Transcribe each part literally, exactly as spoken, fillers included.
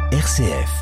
R C F.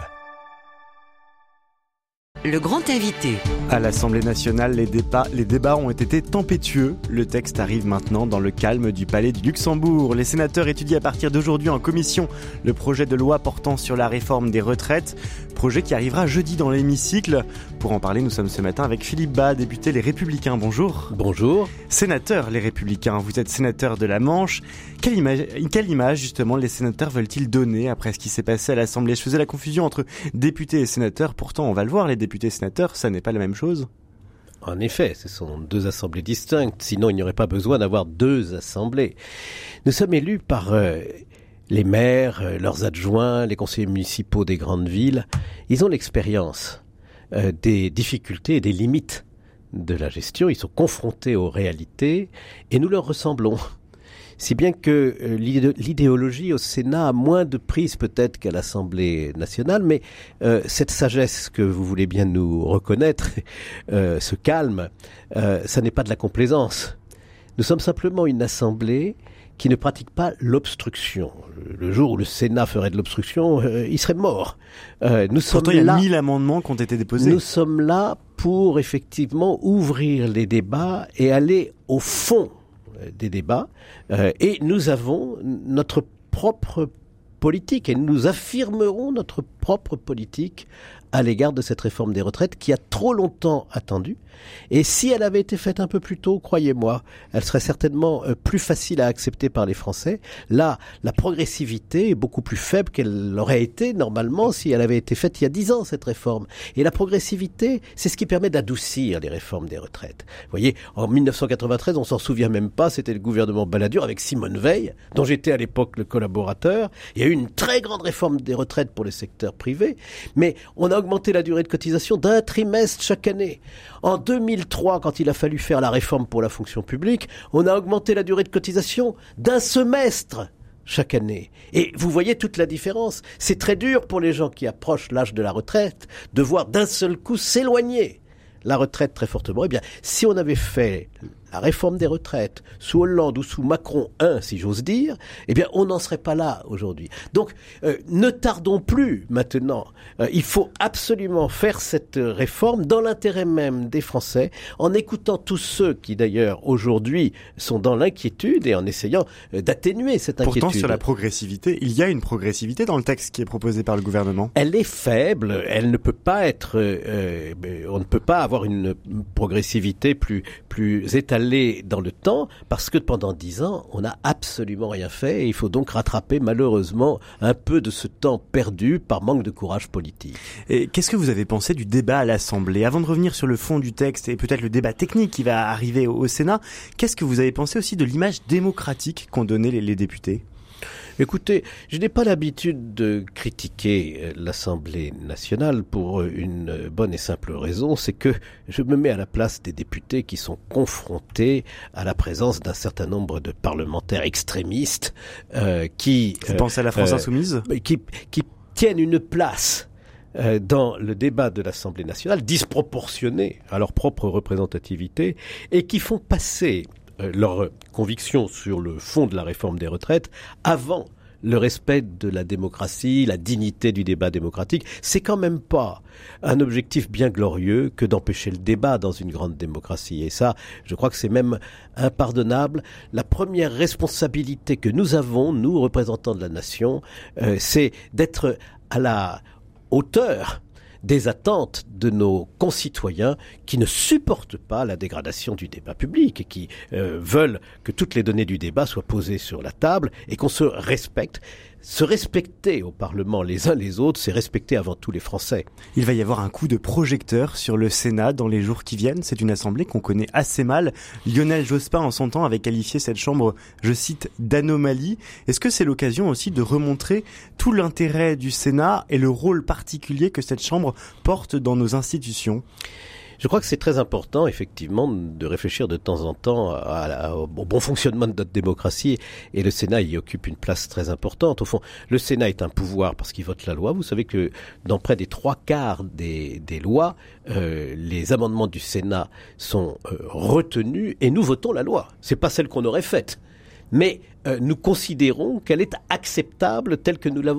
Le grand invité. À l'Assemblée nationale, les débats, les débats ont été tempétueux. Le texte arrive maintenant dans le calme du Palais du Luxembourg. Les sénateurs étudient à partir d'aujourd'hui en commission le projet de loi portant sur la réforme des retraites. Projet qui arrivera jeudi dans l'hémicycle. Pour en parler, nous sommes ce matin avec Philippe Bas, député Les Républicains. Bonjour. Bonjour. Sénateur Les Républicains, vous êtes sénateur de la Manche. Quelle image, quelle image justement les sénateurs veulent-ils donner après ce qui s'est passé à l'Assemblée ? Je faisais la confusion entre députés et sénateurs. Pourtant, on va le voir, les députés et sénateurs, ça n'est pas la même chose. En effet, ce sont deux assemblées distinctes. Sinon, il n'y aurait pas besoin d'avoir deux assemblées. Nous sommes élus par euh, les maires, euh, leurs adjoints, les conseillers municipaux des grandes villes. Ils ont l'expérience euh, des difficultés et des limites de la gestion. Ils sont confrontés aux réalités et nous leur ressemblons. Si bien que euh, l'idéologie au Sénat a moins de prise peut-être qu'à l'Assemblée nationale, mais euh, cette sagesse que vous voulez bien nous reconnaître, euh, ce calme, euh, ça n'est pas de la complaisance. Nous sommes simplement une Assemblée qui ne pratique pas l'obstruction. Le jour où le Sénat ferait de l'obstruction, euh, il serait mort. Euh, nous Pourtant, sommes il y a là, mille amendements qui ont été déposés. Nous sommes là pour effectivement ouvrir les débats et aller au fond des débats, euh, et nous avons notre propre politique, et nous affirmerons notre propre politique à l'égard de cette réforme des retraites qui a trop longtemps attendu. Et si elle avait été faite un peu plus tôt, croyez-moi, elle serait certainement euh, plus facile à accepter par les Français. Là, la progressivité est beaucoup plus faible qu'elle l'aurait été normalement si elle avait été faite il y a dix ans, cette réforme. Et la progressivité, c'est ce qui permet d'adoucir les réformes des retraites. Vous voyez, en dix-neuf cent quatre-vingt-treize, on s'en souvient même pas, c'était le gouvernement Balladur avec Simone Veil, dont j'étais à l'époque le collaborateur. Il y a eu une très grande réforme des retraites pour le secteur privé, mais on a augmenté la durée de cotisation d'un trimestre chaque année. En deux mille trois, quand il a fallu faire la réforme pour la fonction publique, on a augmenté la durée de cotisation d'un semestre chaque année. Et vous voyez toute la différence. C'est très dur pour les gens qui approchent l'âge de la retraite de voir d'un seul coup s'éloigner la retraite très fortement. Eh bien, si on avait fait la réforme des retraites sous Hollande ou sous Macron un, si j'ose dire, eh bien, on n'en serait pas là aujourd'hui. Donc, euh, ne tardons plus maintenant. Euh, il faut absolument faire cette réforme dans l'intérêt même des Français, en écoutant tous ceux qui, d'ailleurs, aujourd'hui, sont dans l'inquiétude et en essayant euh, d'atténuer cette inquiétude. Pourtant, sur la progressivité, il y a une progressivité dans le texte qui est proposé par le gouvernement. Elle est faible, elle ne peut pas être... Euh, on ne peut pas avoir une progressivité plus, plus étalée dans le temps, parce que pendant dix ans, on n'a absolument rien fait, et il faut donc rattraper malheureusement un peu de ce temps perdu par manque de courage politique. Et qu'est-ce que vous avez pensé du débat à l'Assemblée ? Avant de revenir sur le fond du texte et peut-être le débat technique qui va arriver au Sénat, qu'est-ce que vous avez pensé aussi de l'image démocratique qu'ont donnée les, les députés ? Écoutez, je n'ai pas l'habitude de critiquer l'Assemblée nationale pour une bonne et simple raison, c'est que je me mets à la place des députés qui sont confrontés à la présence d'un certain nombre de parlementaires extrémistes euh, qui... Vous euh, pensez à la France euh, insoumise ? qui, qui tiennent une place euh, dans le débat de l'Assemblée nationale, disproportionnée à leur propre représentativité, et qui font passer leurs convictions sur le fond de la réforme des retraites avant le respect de la démocratie, la dignité du débat démocratique. C'est quand même pas un objectif bien glorieux que d'empêcher le débat dans une grande démocratie. Et ça, je crois que c'est même impardonnable. La première responsabilité que nous avons, nous, représentants de la nation, euh, c'est d'être à la hauteur des attentes de nos concitoyens qui ne supportent pas la dégradation du débat public et qui euh, veulent que toutes les données du débat soient posées sur la table et qu'on se respecte. Se respecter au Parlement les uns les autres, c'est respecter avant tout les Français. Il va y avoir un coup de projecteur sur le Sénat dans les jours qui viennent. C'est une assemblée qu'on connaît assez mal. Lionel Jospin, en son temps, avait qualifié cette chambre, je cite, d'anomalie. Est-ce que c'est l'occasion aussi de remontrer tout l'intérêt du Sénat et le rôle particulier que cette chambre porte dans nos institutions ? Je crois que c'est très important, effectivement, de réfléchir de temps en temps à, à, au bon fonctionnement de notre démocratie, et le Sénat y occupe une place très importante. Au fond, le Sénat est un pouvoir parce qu'il vote la loi. Vous savez que dans près des trois quarts des, des lois, euh, les amendements du Sénat sont euh, retenus et nous votons la loi. C'est pas celle qu'on aurait faite, mais euh, nous considérons qu'elle est acceptable telle que nous l'avons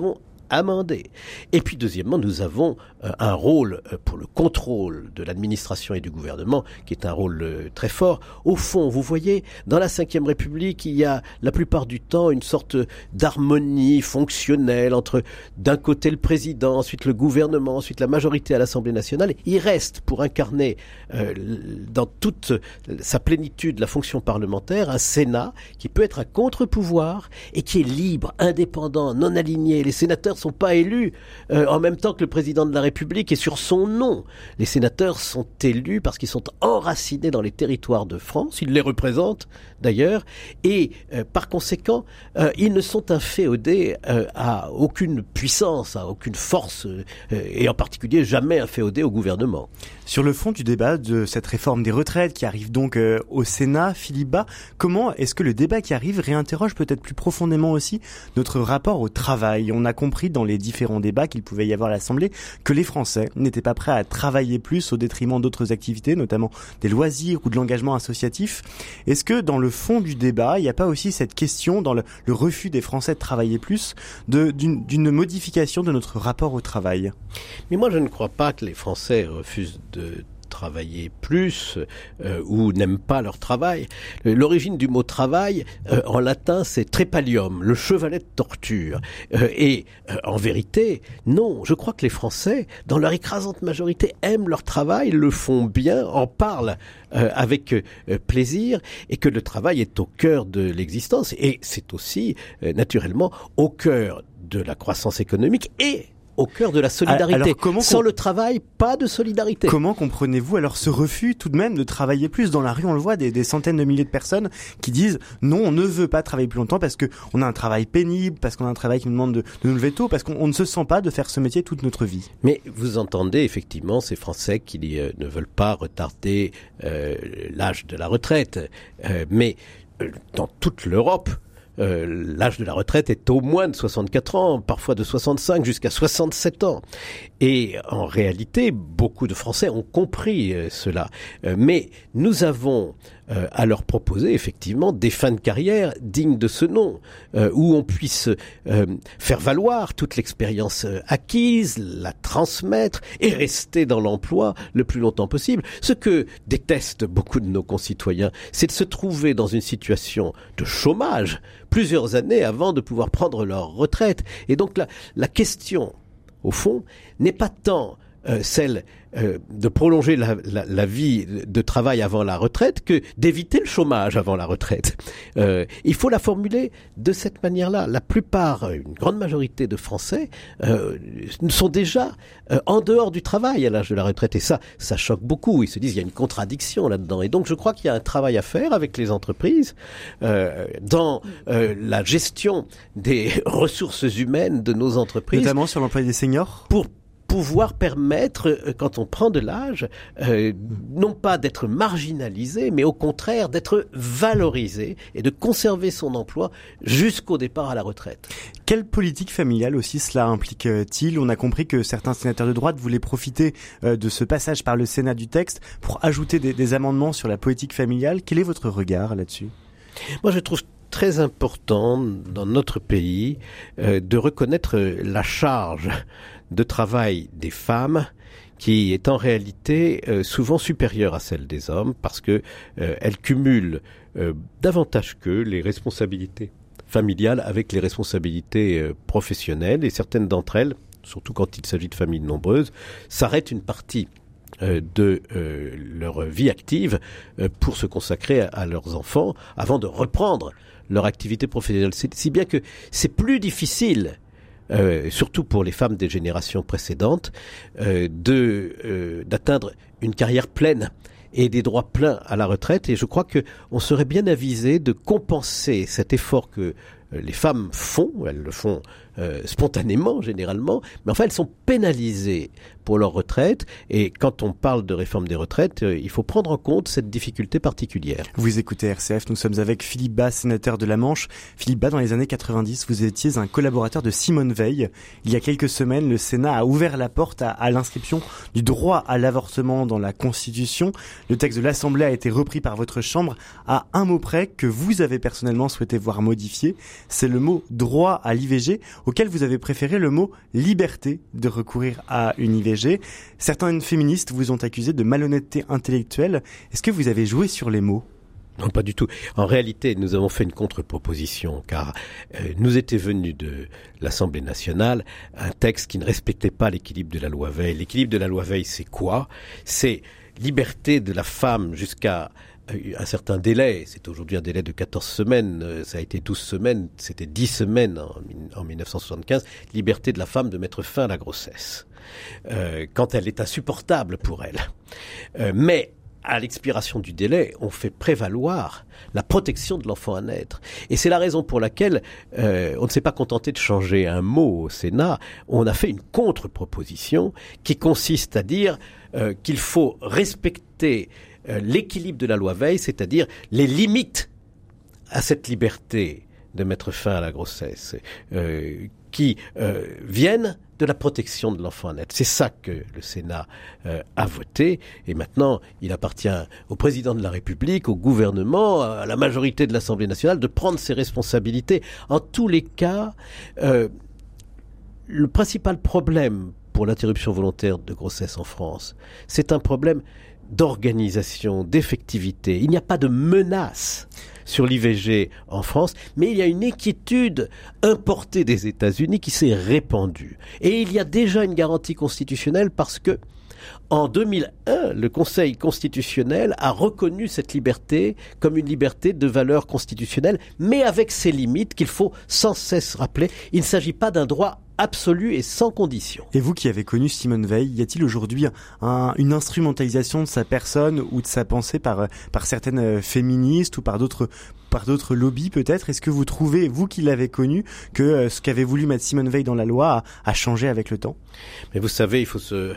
amender. Et puis deuxièmement, nous avons euh, un rôle euh, pour le contrôle de l'administration et du gouvernement, qui est un rôle euh, très fort. Au fond, vous voyez, dans la Cinquième République, il y a la plupart du temps une sorte d'harmonie fonctionnelle entre d'un côté le président, ensuite le gouvernement, ensuite la majorité à l'Assemblée nationale. Il reste, pour incarner euh, dans toute sa plénitude la fonction parlementaire, un Sénat qui peut être un contre-pouvoir et qui est libre, indépendant, non aligné. Les sénateurs sont pas élus euh, en même temps que le président de la République et sur son nom. Les sénateurs sont élus parce qu'ils sont enracinés dans les territoires de France, ils les représentent d'ailleurs, et euh, par conséquent, euh, ils ne sont inféodés euh, à aucune puissance, à aucune force, euh, et en particulier jamais inféodés au gouvernement. Sur le fond du débat de cette réforme des retraites qui arrive donc euh, au Sénat, Philippe Bas, comment est-ce que le débat qui arrive réinterroge peut-être plus profondément aussi notre rapport au travail ? On a compris dans les différents débats qu'il pouvait y avoir à l'Assemblée que les Français n'étaient pas prêts à travailler plus au détriment d'autres activités, notamment des loisirs ou de l'engagement associatif. Est-ce que dans le fond du débat, il n'y a pas aussi cette question, dans le, le refus des Français de travailler plus, de, d'une, d'une modification de notre rapport au travail ? Mais moi, je ne crois pas que les Français refusent de travailler plus euh, ou n'aiment pas leur travail. L'origine du mot travail euh, en latin c'est trépalium, le chevalet de torture. Euh, et euh, en vérité, non, je crois que les Français, dans leur écrasante majorité, aiment leur travail, le font bien, en parlent euh, avec euh, plaisir, et que le travail est au cœur de l'existence. Et c'est aussi, euh, naturellement, au cœur de la croissance économique et au cœur de la solidarité. Alors, comment Sans com- le travail, pas de solidarité. Comment comprenez-vous alors ce refus tout de même de travailler plus ? Dans la rue, on le voit, des, des centaines de milliers de personnes qui disent non, on ne veut pas travailler plus longtemps parce que on a un travail pénible, parce qu'on a un travail qui nous demande de, de nous lever tôt, parce qu'on on ne se sent pas de faire ce métier toute notre vie. Mais vous entendez effectivement ces Français qui euh, ne veulent pas retarder euh, l'âge de la retraite. Euh, mais euh, dans toute l'Europe, Euh, l'âge de la retraite est au moins de soixante-quatre ans, parfois de soixante-cinq jusqu'à soixante-sept ans. Et en réalité, beaucoup de Français ont compris euh, cela. Euh, mais nous avons euh, à leur proposer effectivement des fins de carrière dignes de ce nom, euh, où on puisse euh, faire valoir toute l'expérience euh, acquise, la transmettre et rester dans l'emploi le plus longtemps possible. Ce que détestent beaucoup de nos concitoyens, c'est de se trouver dans une situation de chômage plusieurs années avant de pouvoir prendre leur retraite. Et donc la, la question, au fond, n'est pas tant euh, celle euh, de prolonger la, la, la vie de travail avant la retraite que d'éviter le chômage avant la retraite. Euh, il faut la formuler de cette manière-là. La plupart, une grande majorité de Français euh, sont déjà euh, en dehors du travail à l'âge de la retraite. Et ça, ça choque beaucoup. Ils se disent qu'il y a une contradiction là-dedans. Et donc je crois qu'il y a un travail à faire avec les entreprises euh, dans euh, la gestion des ressources humaines de nos entreprises. Notamment sur l'emploi des seniors ? Pour pouvoir permettre, quand on prend de l'âge, euh, non pas d'être marginalisé, mais au contraire d'être valorisé et de conserver son emploi jusqu'au départ à la retraite. Quelle politique familiale aussi cela implique-t-il ? On a compris que certains sénateurs de droite voulaient profiter euh, de ce passage par le Sénat du texte pour ajouter des, des amendements sur la politique familiale. Quel est votre regard là-dessus ? Moi, je trouve très important dans notre pays euh, de reconnaître la charge de travail des femmes qui est en réalité euh, souvent supérieure à celle des hommes parce que euh, elles cumulent euh, davantage qu'eux les responsabilités familiales avec les responsabilités euh, professionnelles, et certaines d'entre elles, surtout quand il s'agit de familles nombreuses, s'arrêtent une partie euh, de euh, leur vie active euh, pour se consacrer à, à leurs enfants avant de reprendre leur activité professionnelle. C'est, si bien que c'est plus difficile, Euh, surtout pour les femmes des générations précédentes, euh, de euh, d'atteindre une carrière pleine et des droits pleins à la retraite. Et je crois que on serait bien avisé de compenser cet effort que euh, les femmes font. Elles le font euh, spontanément, généralement, mais enfin elles sont pénalisées pour leur retraite. Et quand on parle de réforme des retraites, euh, il faut prendre en compte cette difficulté particulière. Vous écoutez R C F, nous sommes avec Philippe Bas, sénateur de la Manche. Philippe Bas, dans les années quatre-vingt-dix, vous étiez un collaborateur de Simone Veil. Il y a quelques semaines, le Sénat a ouvert la porte à, à l'inscription du droit à l'avortement dans la Constitution. Le texte de l'Assemblée a été repris par votre Chambre à un mot près que vous avez personnellement souhaité voir modifié. C'est le mot droit à l'I V G. auquel vous avez préféré le mot « liberté » de recourir à une I V G. Certaines féministes vous ont accusé de malhonnêteté intellectuelle. Est-ce que vous avez joué sur les mots ? Non, pas du tout. En réalité, nous avons fait une contre-proposition, car euh, nous était venu de l'Assemblée nationale un texte qui ne respectait pas l'équilibre de la loi Veil. L'équilibre de la loi Veil, c'est quoi ? C'est liberté de la femme jusqu'à un certain délai. C'est aujourd'hui un délai de quatorze semaines. Ça a été douze semaines. C'était dix semaines en, en dix-neuf cent soixante-quinze. Liberté de la femme de mettre fin à la grossesse, euh, quand elle est insupportable pour elle. Euh, mais à l'expiration du délai, on fait prévaloir la protection de l'enfant à naître. Et c'est la raison pour laquelle euh, on ne s'est pas contenté de changer un mot au Sénat. On a fait une contre-proposition qui consiste à dire euh, qu'il faut respecter euh, l'équilibre de la loi Veil, c'est-à-dire les limites à cette liberté de mettre fin à la grossesse, euh, qui euh, viennent de la protection de l'enfant à naître. C'est ça que le Sénat euh, a voté. Et maintenant, il appartient au président de la République, au gouvernement, à la majorité de l'Assemblée nationale de prendre ses responsabilités. En tous les cas, euh, le principal problème pour l'interruption volontaire de grossesse en France, c'est un problème d'organisation, d'effectivité. Il n'y a pas de menace sur l'I V G en France, mais il y a une inquiétude importée des États-Unis qui s'est répandue. Et il y a déjà une garantie constitutionnelle parce que, en deux mille un, le Conseil constitutionnel a reconnu cette liberté comme une liberté de valeur constitutionnelle, mais avec ses limites qu'il faut sans cesse rappeler. Il ne s'agit pas d'un droit absolu et sans condition. Et vous qui avez connu Simone Veil, y a-t-il aujourd'hui un, une instrumentalisation de sa personne ou de sa pensée par, par certaines féministes ou par d'autres, par d'autres lobbies peut-être ? Est-ce que vous trouvez, vous qui l'avez connue, que euh, ce qu'avait voulu mettre Simone Veil dans la loi a, a changé avec le temps ? Mais vous savez, il faut se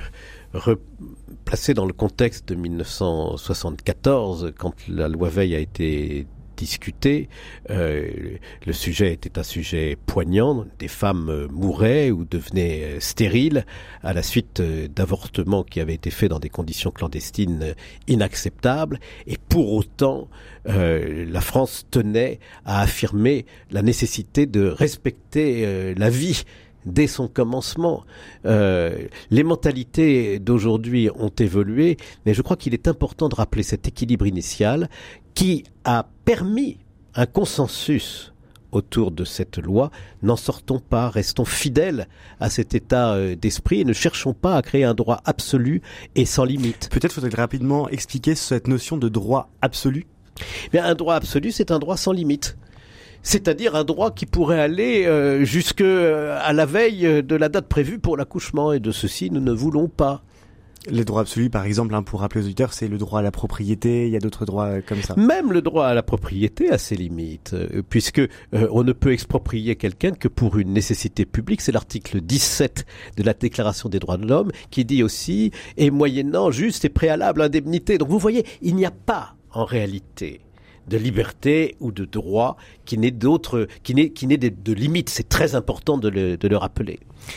replacer dans le contexte de dix-neuf cent soixante-quatorze, quand la loi Veil a été discuté. Euh, le sujet était un sujet poignant. Des femmes mouraient ou devenaient stériles à la suite d'avortements qui avaient été faits dans des conditions clandestines inacceptables. Et pour autant, euh, la France tenait à affirmer la nécessité de respecter euh, la vie dès son commencement. Euh, les mentalités d'aujourd'hui ont évolué, mais je crois qu'il est important de rappeler cet équilibre initial qui a permis un consensus autour de cette loi. N'en sortons pas, restons fidèles à cet état d'esprit et ne cherchons pas à créer un droit absolu et sans limite. Peut-être faudrait rapidement expliquer cette notion de droit absolu. Bien, un droit absolu, c'est un droit sans limite. C'est-à-dire un droit qui pourrait aller euh, jusque à la veille de la date prévue pour l'accouchement. Et de ceci, nous ne voulons pas. Les droits absolus, par exemple, hein, pour rappeler aux auditeurs, c'est le droit à la propriété, il y a d'autres droits comme ça. Même le droit à la propriété a ses limites, euh, puisque euh, on ne peut exproprier quelqu'un que pour une nécessité publique. C'est l'article dix-sept de la Déclaration des droits de l'homme qui dit aussi « et moyennant juste et préalable indemnité ». Donc vous voyez, il n'y a pas en réalité de liberté ou de droit qui n'est d'autre, qui n'est, qui n'est de, de limites. C'est très important de le, de le rappeler.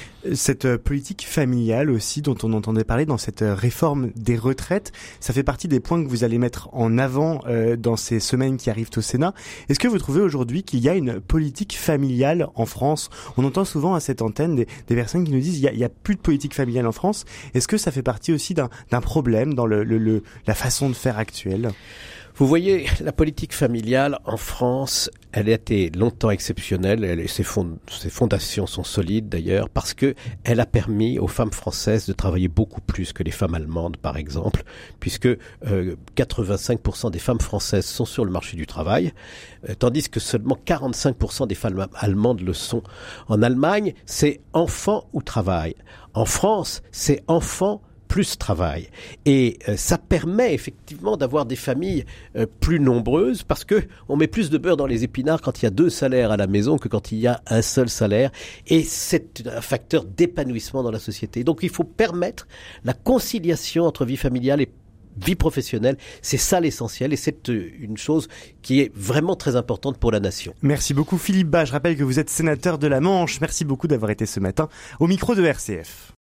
Cette politique familiale aussi dont on entendait parler dans cette réforme des retraites, ça fait partie des points que vous allez mettre en avant euh, dans ces semaines qui arrivent au Sénat. Est-ce que vous trouvez aujourd'hui qu'il y a une politique familiale en France ? On entend souvent à cette antenne des, des personnes qui nous disent il y a, il y a plus de politique familiale en France. Est-ce que ça fait partie aussi d'un, d'un problème dans le, le, le, la façon de faire actuelle ? Vous voyez, la politique familiale en France, elle a été longtemps exceptionnelle. Elle, ses, fond, ses fondations sont solides d'ailleurs parce que elle a permis aux femmes françaises de travailler beaucoup plus que les femmes allemandes, par exemple, puisque euh, quatre-vingt-cinq pour cent des femmes françaises sont sur le marché du travail, euh, tandis que seulement quarante-cinq pour cent des femmes allemandes le sont. En Allemagne, c'est enfant ou travail. En France, c'est enfant plus travail. Et euh, ça permet effectivement d'avoir des familles euh, plus nombreuses parce que on met plus de beurre dans les épinards quand il y a deux salaires à la maison que quand il y a un seul salaire. Et c'est un facteur d'épanouissement dans la société. Donc il faut permettre la conciliation entre vie familiale et vie professionnelle. C'est ça l'essentiel et c'est une chose qui est vraiment très importante pour la nation. Merci beaucoup Philippe Bas. Je rappelle que vous êtes sénateur de la Manche. Merci beaucoup d'avoir été ce matin au micro de R C F.